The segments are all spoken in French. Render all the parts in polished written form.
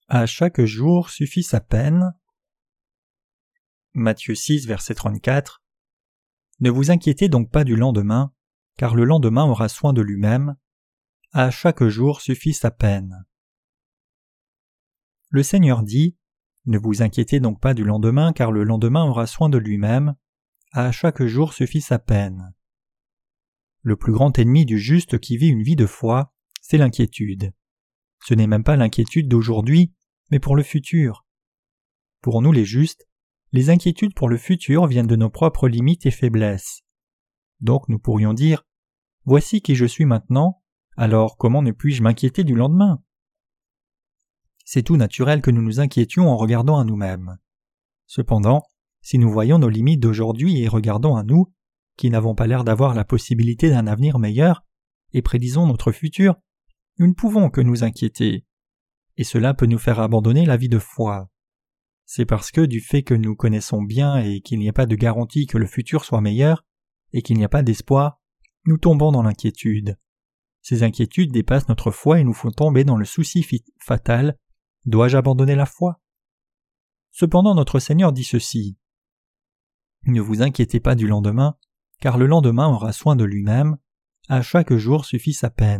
À chaque jour suffit sa peine. Matthieu 6, verset 34. Ne vous inquiétez donc pas du lendemain, car le lendemain aura soin de lui-même. À chaque jour suffit sa peine. Le Seigneur dit, ne vous inquiétez donc pas du lendemain, car le lendemain aura soin de lui-même. À chaque jour suffit sa peine. Le plus grand ennemi du juste qui vit une vie de foi, c'est l'inquiétude. Ce n'est même pas l'inquiétude d'aujourd'hui, mais pour le futur. Pour nous les justes, les inquiétudes pour le futur viennent de nos propres limites et faiblesses. Donc nous pourrions dire, voici qui je suis maintenant, alors comment ne puis-je m'inquiéter du lendemain ? C'est tout naturel que nous nous inquiétions en regardant à nous-mêmes. Cependant, si nous voyons nos limites d'aujourd'hui et regardons à nous, qui n'avons pas l'air d'avoir la possibilité d'un avenir meilleur, et prédisons notre futur, nous ne pouvons que nous inquiéter. Et cela peut nous faire abandonner la vie de foi. C'est parce que du fait que nous connaissons bien et qu'il n'y a pas de garantie que le futur soit meilleur, et qu'il n'y a pas d'espoir, nous tombons dans l'inquiétude. Ces inquiétudes dépassent notre foi et nous font tomber dans le souci fatal « Dois-je abandonner la foi ?» Cependant notre Seigneur dit ceci « Ne vous inquiétez pas du lendemain, car le lendemain aura soin de lui-même, à chaque jour suffit sa peine. »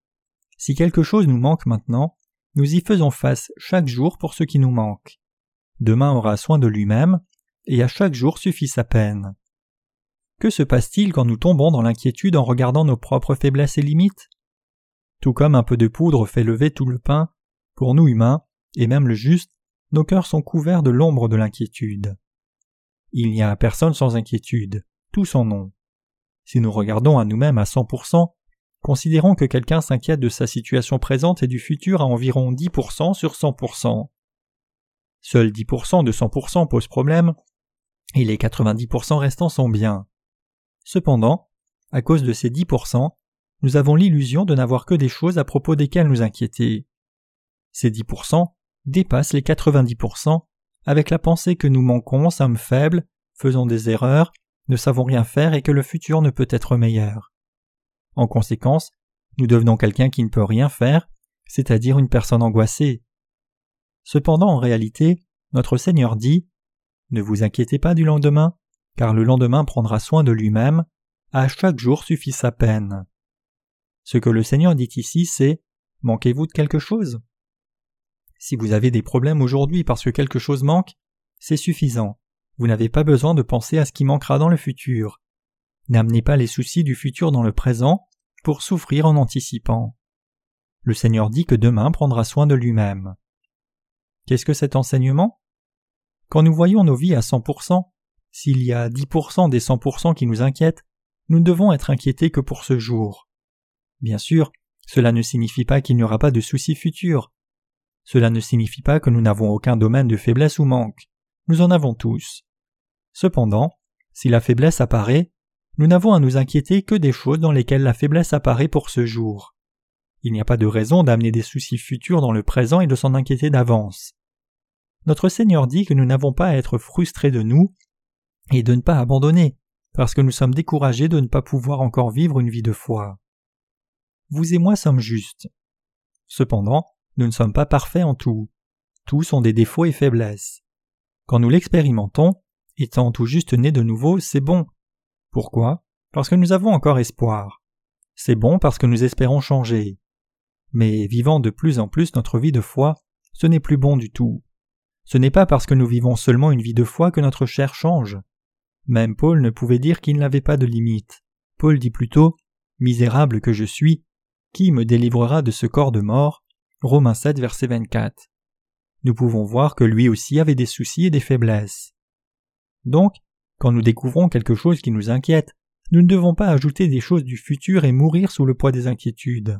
Si quelque chose nous manque maintenant, nous y faisons face chaque jour pour ce qui nous manque. Demain aura soin de lui-même, et à chaque jour suffit sa peine. Que se passe-t-il quand nous tombons dans l'inquiétude en regardant nos propres faiblesses et limites ? Tout comme un peu de poudre fait lever tout le pain, pour nous humains, et même le juste, nos cœurs sont couverts de l'ombre de l'inquiétude. Il n'y a personne sans inquiétude, tous en ont. Si nous regardons à nous-mêmes à 100%, considérons que quelqu'un s'inquiète de sa situation présente et du futur à environ 10% sur 100%. Seuls 10% de 100% posent problème, et les 90% restants sont bien. Cependant, à cause de ces 10%, nous avons l'illusion de n'avoir que des choses à propos desquelles nous inquiéter. Ces 10% dépassent les 90% avec la pensée que nous manquons, sommes faibles, faisons des erreurs, ne savons rien faire et que le futur ne peut être meilleur. En conséquence, nous devenons quelqu'un qui ne peut rien faire, c'est-à-dire une personne angoissée. Cependant, en réalité, notre Seigneur dit « Ne vous inquiétez pas du lendemain, car le lendemain prendra soin de lui-même, à chaque jour suffit sa peine. » Ce que le Seigneur dit ici, c'est « Manquez-vous de quelque chose ?» Si vous avez des problèmes aujourd'hui parce que quelque chose manque, c'est suffisant. Vous n'avez pas besoin de penser à ce qui manquera dans le futur. N'amenez pas les soucis du futur dans le présent pour souffrir en anticipant. Le Seigneur dit que demain prendra soin de lui-même. Qu'est-ce que cet enseignement ? Quand nous voyons nos vies à 100%, s'il y a 10% des 100% qui nous inquiètent, nous ne devons être inquiétés que pour ce jour. Bien sûr, cela ne signifie pas qu'il n'y aura pas de soucis futurs. Cela ne signifie pas que nous n'avons aucun domaine de faiblesse ou manque. Nous en avons tous. Cependant, si la faiblesse apparaît, nous n'avons à nous inquiéter que des choses dans lesquelles la faiblesse apparaît pour ce jour. Il n'y a pas de raison d'amener des soucis futurs dans le présent et de s'en inquiéter d'avance. Notre Seigneur dit que nous n'avons pas à être frustrés de nous et de ne pas abandonner, parce que nous sommes découragés de ne pas pouvoir encore vivre une vie de foi. Vous et moi sommes justes. Cependant, nous ne sommes pas parfaits en tout. Tous ont des défauts et faiblesses. Quand nous l'expérimentons, étant tout juste nés de nouveau, c'est bon. Pourquoi ? Parce que nous avons encore espoir. C'est bon parce que nous espérons changer. Mais vivant de plus en plus notre vie de foi, ce n'est plus bon du tout. Ce n'est pas parce que nous vivons seulement une vie de foi que notre chair change. Même Paul ne pouvait dire qu'il n'avait pas de limite. Paul dit plutôt « Misérable que je suis, qui me délivrera de ce corps de mort ?» Romains 7, verset 24. Nous pouvons voir que lui aussi avait des soucis et des faiblesses. Donc, quand nous découvrons quelque chose qui nous inquiète, nous ne devons pas ajouter des choses du futur et mourir sous le poids des inquiétudes.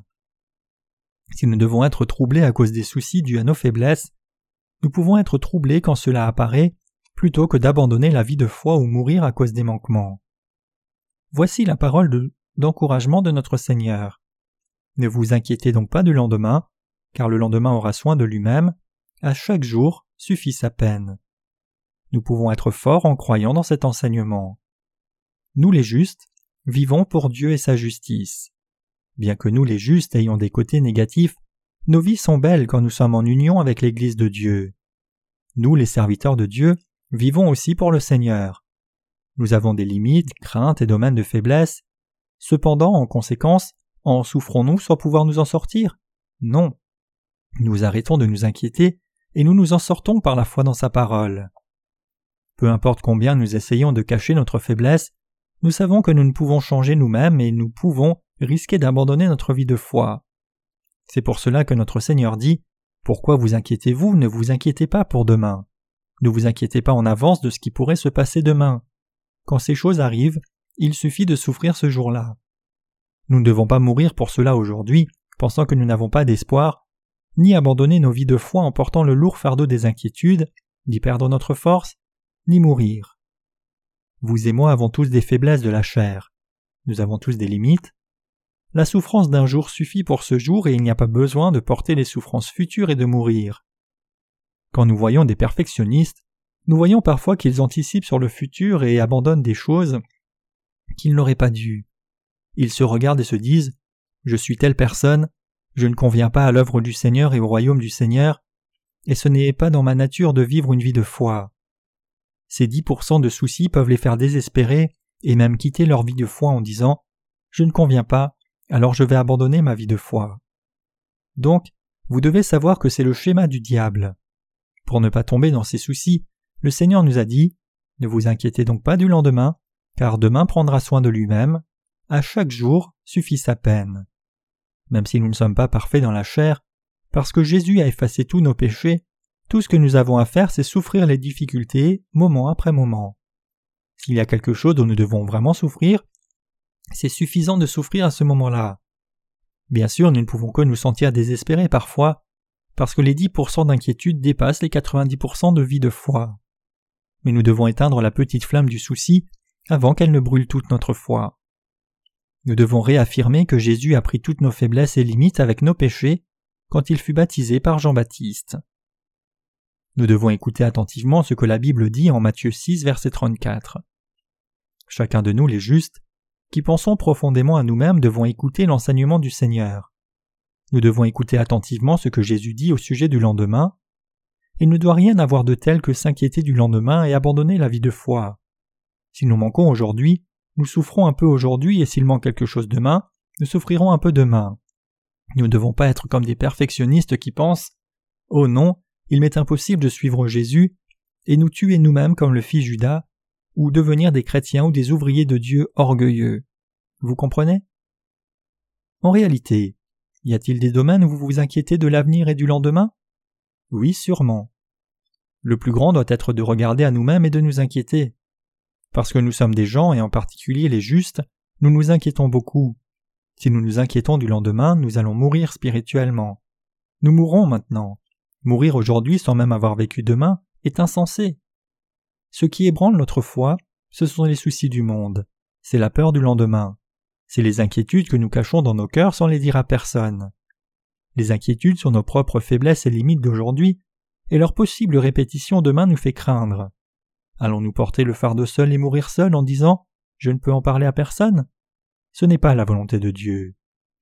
Si nous devons être troublés à cause des soucis dus à nos faiblesses, nous pouvons être troublés quand cela apparaît, plutôt que d'abandonner la vie de foi ou mourir à cause des manquements. Voici la parole d'encouragement de notre Seigneur. Ne vous inquiétez donc pas du lendemain, car le lendemain aura soin de lui-même, à chaque jour suffit sa peine. Nous pouvons être forts en croyant dans cet enseignement. Nous les justes, vivons pour Dieu et sa justice. Bien que nous les justes ayons des côtés négatifs, nos vies sont belles quand nous sommes en union avec l'Église de Dieu. Nous, les serviteurs de Dieu, vivons aussi pour le Seigneur. Nous avons des limites, craintes et domaines de faiblesse. Cependant, en conséquence, en souffrons-nous sans pouvoir nous en sortir? Non. Nous arrêtons de nous inquiéter et nous nous en sortons par la foi dans sa parole. Peu importe combien nous essayons de cacher notre faiblesse, nous savons que nous ne pouvons changer nous-mêmes et nous pouvons risquer d'abandonner notre vie de foi. C'est pour cela que notre Seigneur dit « Pourquoi vous inquiétez-vous? Ne vous inquiétez pas pour demain. Ne vous inquiétez pas en avance de ce qui pourrait se passer demain. Quand ces choses arrivent, il suffit de souffrir ce jour-là. Nous ne devons pas mourir pour cela aujourd'hui, pensant que nous n'avons pas d'espoir, ni abandonner nos vies de foi en portant le lourd fardeau des inquiétudes, ni perdre notre force, ni mourir. Vous et moi avons tous des faiblesses de la chair. Nous avons tous des limites. La souffrance d'un jour suffit pour ce jour et il n'y a pas besoin de porter les souffrances futures et de mourir. Quand nous voyons des perfectionnistes, nous voyons parfois qu'ils anticipent sur le futur et abandonnent des choses qu'ils n'auraient pas dû. Ils se regardent et se disent « Je suis telle personne, je ne conviens pas à l'œuvre du Seigneur et au royaume du Seigneur, et ce n'est pas dans ma nature de vivre une vie de foi. » Ces 10% de soucis peuvent les faire désespérer et même quitter leur vie de foi en disant « Je ne conviens pas, alors je vais abandonner ma vie de foi. » Donc, vous devez savoir que c'est le schéma du diable. Pour ne pas tomber dans ces soucis, le Seigneur nous a dit « Ne vous inquiétez donc pas du lendemain, car demain prendra soin de lui-même. À chaque jour suffit sa peine. » Même si nous ne sommes pas parfaits dans la chair, parce que Jésus a effacé tous nos péchés, tout ce que nous avons à faire, c'est souffrir les difficultés, moment après moment. S'il y a quelque chose dont nous devons vraiment souffrir, c'est suffisant de souffrir à ce moment-là. Bien sûr, nous ne pouvons que nous sentir désespérés parfois, parce que les 10% d'inquiétude dépassent les 90% de vie de foi. Mais nous devons éteindre la petite flamme du souci avant qu'elle ne brûle toute notre foi. Nous devons réaffirmer que Jésus a pris toutes nos faiblesses et limites avec nos péchés quand il fut baptisé par Jean-Baptiste. Nous devons écouter attentivement ce que la Bible dit en Matthieu 6, verset 34. Chacun de nous, les justes, qui pensons profondément à nous-mêmes, devons écouter l'enseignement du Seigneur. Nous devons écouter attentivement ce que Jésus dit au sujet du lendemain. Il ne doit rien avoir de tel que s'inquiéter du lendemain et abandonner la vie de foi. Si nous manquons aujourd'hui, nous souffrons un peu aujourd'hui et s'il manque quelque chose demain, nous souffrirons un peu demain. Nous ne devons pas être comme des perfectionnistes qui pensent « Oh non, il m'est impossible de suivre Jésus » et nous tuer nous-mêmes comme le fit Judas, ou devenir des chrétiens ou des ouvriers de Dieu orgueilleux. Vous comprenez? En réalité, y a-t-il des domaines où vous vous inquiétez de l'avenir et du lendemain? Oui, sûrement. Le plus grand doit être de regarder à nous-mêmes et de nous inquiéter. Parce que nous sommes des gens, et en particulier les justes, nous nous inquiétons beaucoup. Si nous nous inquiétons du lendemain, nous allons mourir spirituellement. Nous mourrons maintenant. Mourir aujourd'hui sans même avoir vécu demain est insensé. Ce qui ébranle notre foi, ce sont les soucis du monde. C'est la peur du lendemain. C'est les inquiétudes que nous cachons dans nos cœurs sans les dire à personne. Les inquiétudes sur nos propres faiblesses et limites d'aujourd'hui, et leur possible répétition demain nous fait craindre. Allons-nous porter le fardeau seul et mourir seul en disant « Je ne peux en parler à personne » ? Ce n'est pas la volonté de Dieu.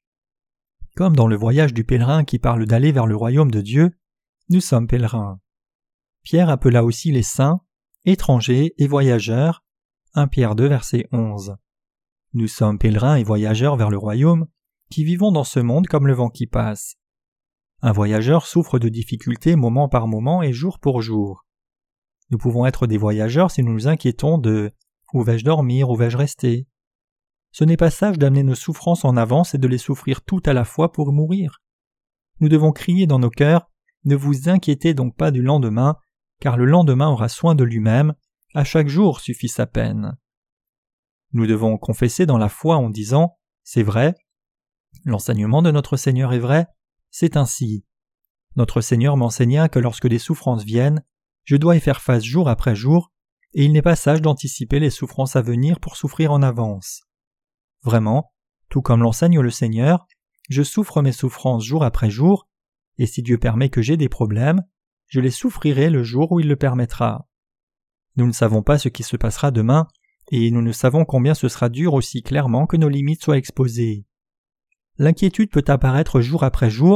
Comme dans le voyage du pèlerin qui parle d'aller vers le royaume de Dieu, nous sommes pèlerins. Pierre appela aussi les saints, étrangers et voyageurs, 1 Pierre 2, verset 11. Nous sommes pèlerins et voyageurs vers le royaume, qui vivons dans ce monde comme le vent qui passe. Un voyageur souffre de difficultés moment par moment et jour pour jour. Nous pouvons être des voyageurs si nous nous inquiétons de « où vais-je dormir, où vais-je rester ?» Ce n'est pas sage d'amener nos souffrances en avance et de les souffrir toutes à la fois pour mourir. Nous devons crier dans nos cœurs « Ne vous inquiétez donc pas du lendemain, car le lendemain aura soin de lui-même, à chaque jour suffit sa peine. » Nous devons confesser dans la foi en disant « C'est vrai, l'enseignement de notre Seigneur est vrai, c'est ainsi. Notre Seigneur m'enseigna que lorsque des souffrances viennent, je dois y faire face jour après jour, et il n'est pas sage d'anticiper les souffrances à venir pour souffrir en avance. Vraiment, tout comme l'enseigne le Seigneur, je souffre mes souffrances jour après jour, et si Dieu permet que j'ai des problèmes, je les souffrirai le jour où il le permettra. Nous ne savons pas ce qui se passera demain, et nous ne savons combien ce sera dur aussi clairement que nos limites soient exposées. L'inquiétude peut apparaître jour après jour,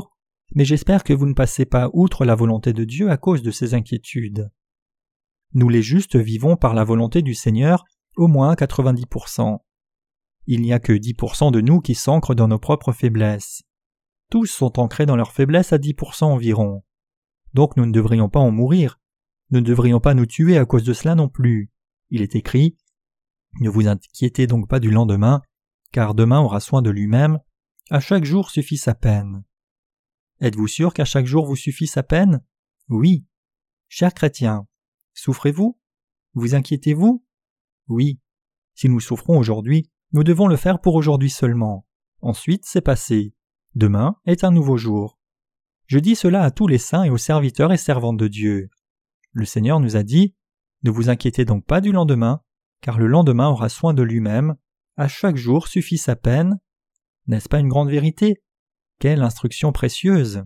mais j'espère que vous ne passez pas outre la volonté de Dieu à cause de ces inquiétudes. Nous les justes vivons par la volonté du Seigneur au moins à 90%. Il n'y a que 10% de nous qui s'ancrent dans nos propres faiblesses. Tous sont ancrés dans leurs faiblesses à 10% environ. Donc nous ne devrions pas en mourir. Nous ne devrions pas nous tuer à cause de cela non plus. Il est écrit « Ne vous inquiétez donc pas du lendemain, car demain aura soin de lui-même. À chaque jour suffit sa peine. » Êtes-vous sûr qu'à chaque jour vous suffit sa peine? Oui. Chers chrétiens, souffrez-vous? Vous inquiétez-vous? Oui. Si nous souffrons aujourd'hui, nous devons le faire pour aujourd'hui seulement. Ensuite, c'est passé. Demain est un nouveau jour. Je dis cela à tous les saints et aux serviteurs et servantes de Dieu. Le Seigneur nous a dit « Ne vous inquiétez donc pas du lendemain, car le lendemain aura soin de lui-même. À chaque jour suffit sa peine. » N'est-ce pas une grande vérité? Quelle instruction précieuse!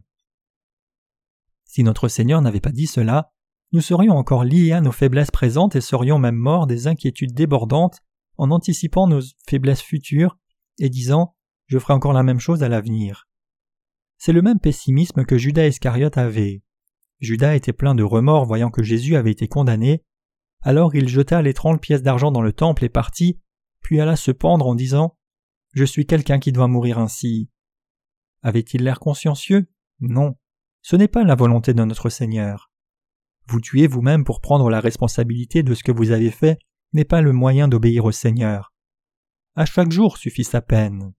Si notre Seigneur n'avait pas dit cela, nous serions encore liés à nos faiblesses présentes et serions même morts des inquiétudes débordantes en anticipant nos faiblesses futures et disant « Je ferai encore la même chose à l'avenir ». C'est le même pessimisme que Judas Iscariote avait. Judas était plein de remords voyant que Jésus avait été condamné. Alors il jeta les 30 pièces d'argent dans le temple et partit, puis alla se pendre en disant « Je suis quelqu'un qui doit mourir ainsi ». Avait-il l'air consciencieux? Non. Ce n'est pas la volonté de notre Seigneur. Vous tuer vous-même pour prendre la responsabilité de ce que vous avez fait n'est pas le moyen d'obéir au Seigneur. À chaque jour suffit sa peine.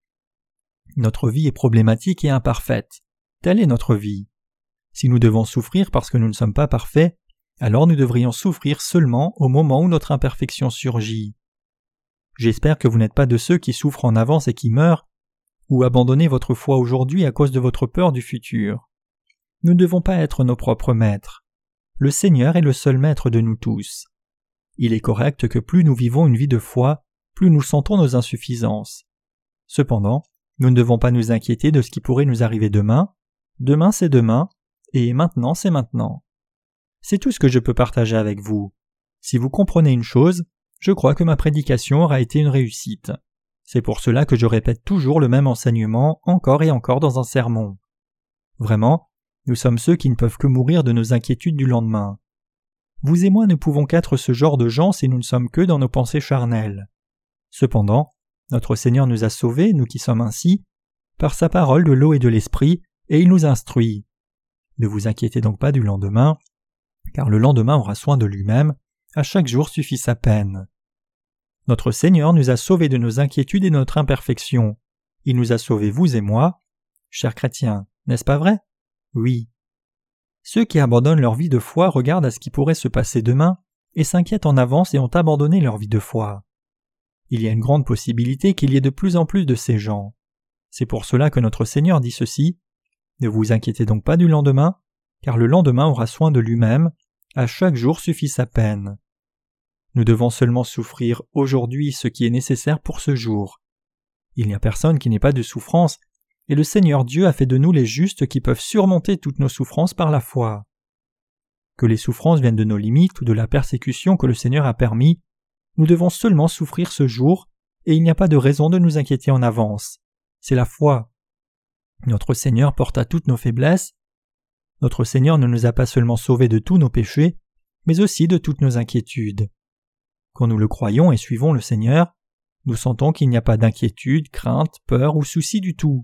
Notre vie est problématique et imparfaite. Telle est notre vie. Si nous devons souffrir parce que nous ne sommes pas parfaits, alors nous devrions souffrir seulement au moment où notre imperfection surgit. J'espère que vous n'êtes pas de ceux qui souffrent en avance et qui meurent, ou abandonnez votre foi aujourd'hui à cause de votre peur du futur. Nous ne devons pas être nos propres maîtres. Le Seigneur est le seul maître de nous tous. Il est correct que plus nous vivons une vie de foi, plus nous sentons nos insuffisances. Cependant, nous ne devons pas nous inquiéter de ce qui pourrait nous arriver demain. Demain c'est demain, et maintenant c'est maintenant. C'est tout ce que je peux partager avec vous. Si vous comprenez une chose, je crois que ma prédication aura été une réussite. C'est pour cela que je répète toujours le même enseignement encore et encore dans un sermon. Vraiment, nous sommes ceux qui ne peuvent que mourir de nos inquiétudes du lendemain. Vous et moi ne pouvons qu'être ce genre de gens si nous ne sommes que dans nos pensées charnelles. Cependant, notre Seigneur nous a sauvés, nous qui sommes ainsi, par sa parole de l'eau et de l'esprit, et il nous instruit. Ne vous inquiétez donc pas du lendemain, car le lendemain aura soin de lui-même, à chaque jour suffit sa peine. Notre Seigneur nous a sauvés de nos inquiétudes et de notre imperfection. Il nous a sauvés, vous et moi. Chers chrétiens, n'est-ce pas vrai? Oui. Ceux qui abandonnent leur vie de foi regardent à ce qui pourrait se passer demain et s'inquiètent en avance et ont abandonné leur vie de foi. Il y a une grande possibilité qu'il y ait de plus en plus de ces gens. C'est pour cela que notre Seigneur dit ceci: « Ne vous inquiétez donc pas du lendemain, car le lendemain aura soin de lui-même, à chaque jour suffit sa peine. » Nous devons seulement souffrir aujourd'hui ce qui est nécessaire pour ce jour. Il n'y a personne qui n'ait pas de souffrance, et le Seigneur Dieu a fait de nous les justes qui peuvent surmonter toutes nos souffrances par la foi. Que les souffrances viennent de nos limites ou de la persécution que le Seigneur a permis, nous devons seulement souffrir ce jour, et il n'y a pas de raison de nous inquiéter en avance. C'est la foi. Notre Seigneur porta toutes nos faiblesses. Notre Seigneur ne nous a pas seulement sauvés de tous nos péchés, mais aussi de toutes nos inquiétudes. Quand nous le croyons et suivons le Seigneur, nous sentons qu'il n'y a pas d'inquiétude, crainte, peur ou souci du tout.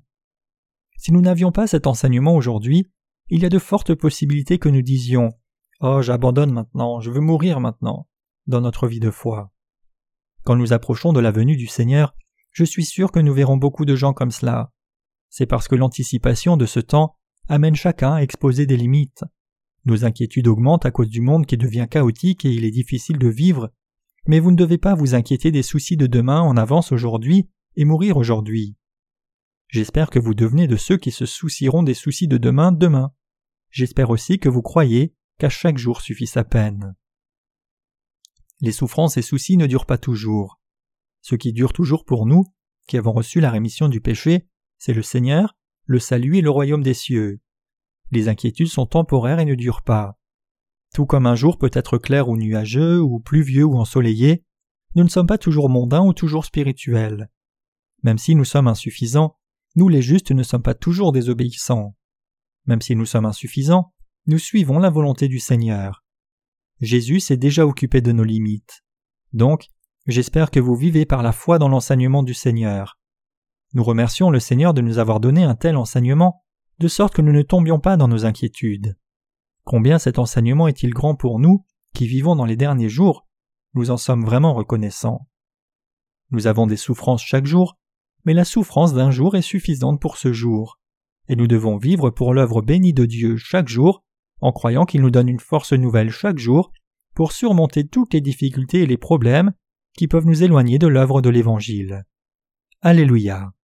Si nous n'avions pas cet enseignement aujourd'hui, il y a de fortes possibilités que nous disions « Oh, j'abandonne maintenant, je veux mourir maintenant » dans notre vie de foi. Quand nous approchons de la venue du Seigneur, je suis sûr que nous verrons beaucoup de gens comme cela. C'est parce que l'anticipation de ce temps amène chacun à exposer des limites. Nos inquiétudes augmentent à cause du monde qui devient chaotique et il est difficile de vivre, mais vous ne devez pas vous inquiéter des soucis de demain en avance aujourd'hui et mourir aujourd'hui. J'espère que vous devenez de ceux qui se soucieront des soucis de demain demain. J'espère aussi que vous croyez qu'à chaque jour suffit sa peine. Les souffrances et soucis ne durent pas toujours. Ce qui dure toujours pour nous, qui avons reçu la rémission du péché, c'est le Seigneur, le salut et le royaume des cieux. Les inquiétudes sont temporaires et ne durent pas. Tout comme un jour peut être clair ou nuageux, ou pluvieux ou ensoleillé, nous ne sommes pas toujours mondains ou toujours spirituels. Même si nous sommes insuffisants, nous les justes ne sommes pas toujours désobéissants. Même si nous sommes insuffisants, nous suivons la volonté du Seigneur. Jésus s'est déjà occupé de nos limites. Donc, j'espère que vous vivez par la foi dans l'enseignement du Seigneur. Nous remercions le Seigneur de nous avoir donné un tel enseignement, de sorte que nous ne tombions pas dans nos inquiétudes. Combien cet enseignement est-il grand pour nous, qui vivons dans les derniers jours, nous en sommes vraiment reconnaissants. Nous avons des souffrances chaque jour, mais la souffrance d'un jour est suffisante pour ce jour, et nous devons vivre pour l'œuvre bénie de Dieu chaque jour, en croyant qu'il nous donne une force nouvelle chaque jour pour surmonter toutes les difficultés et les problèmes qui peuvent nous éloigner de l'œuvre de l'Évangile. Alléluia.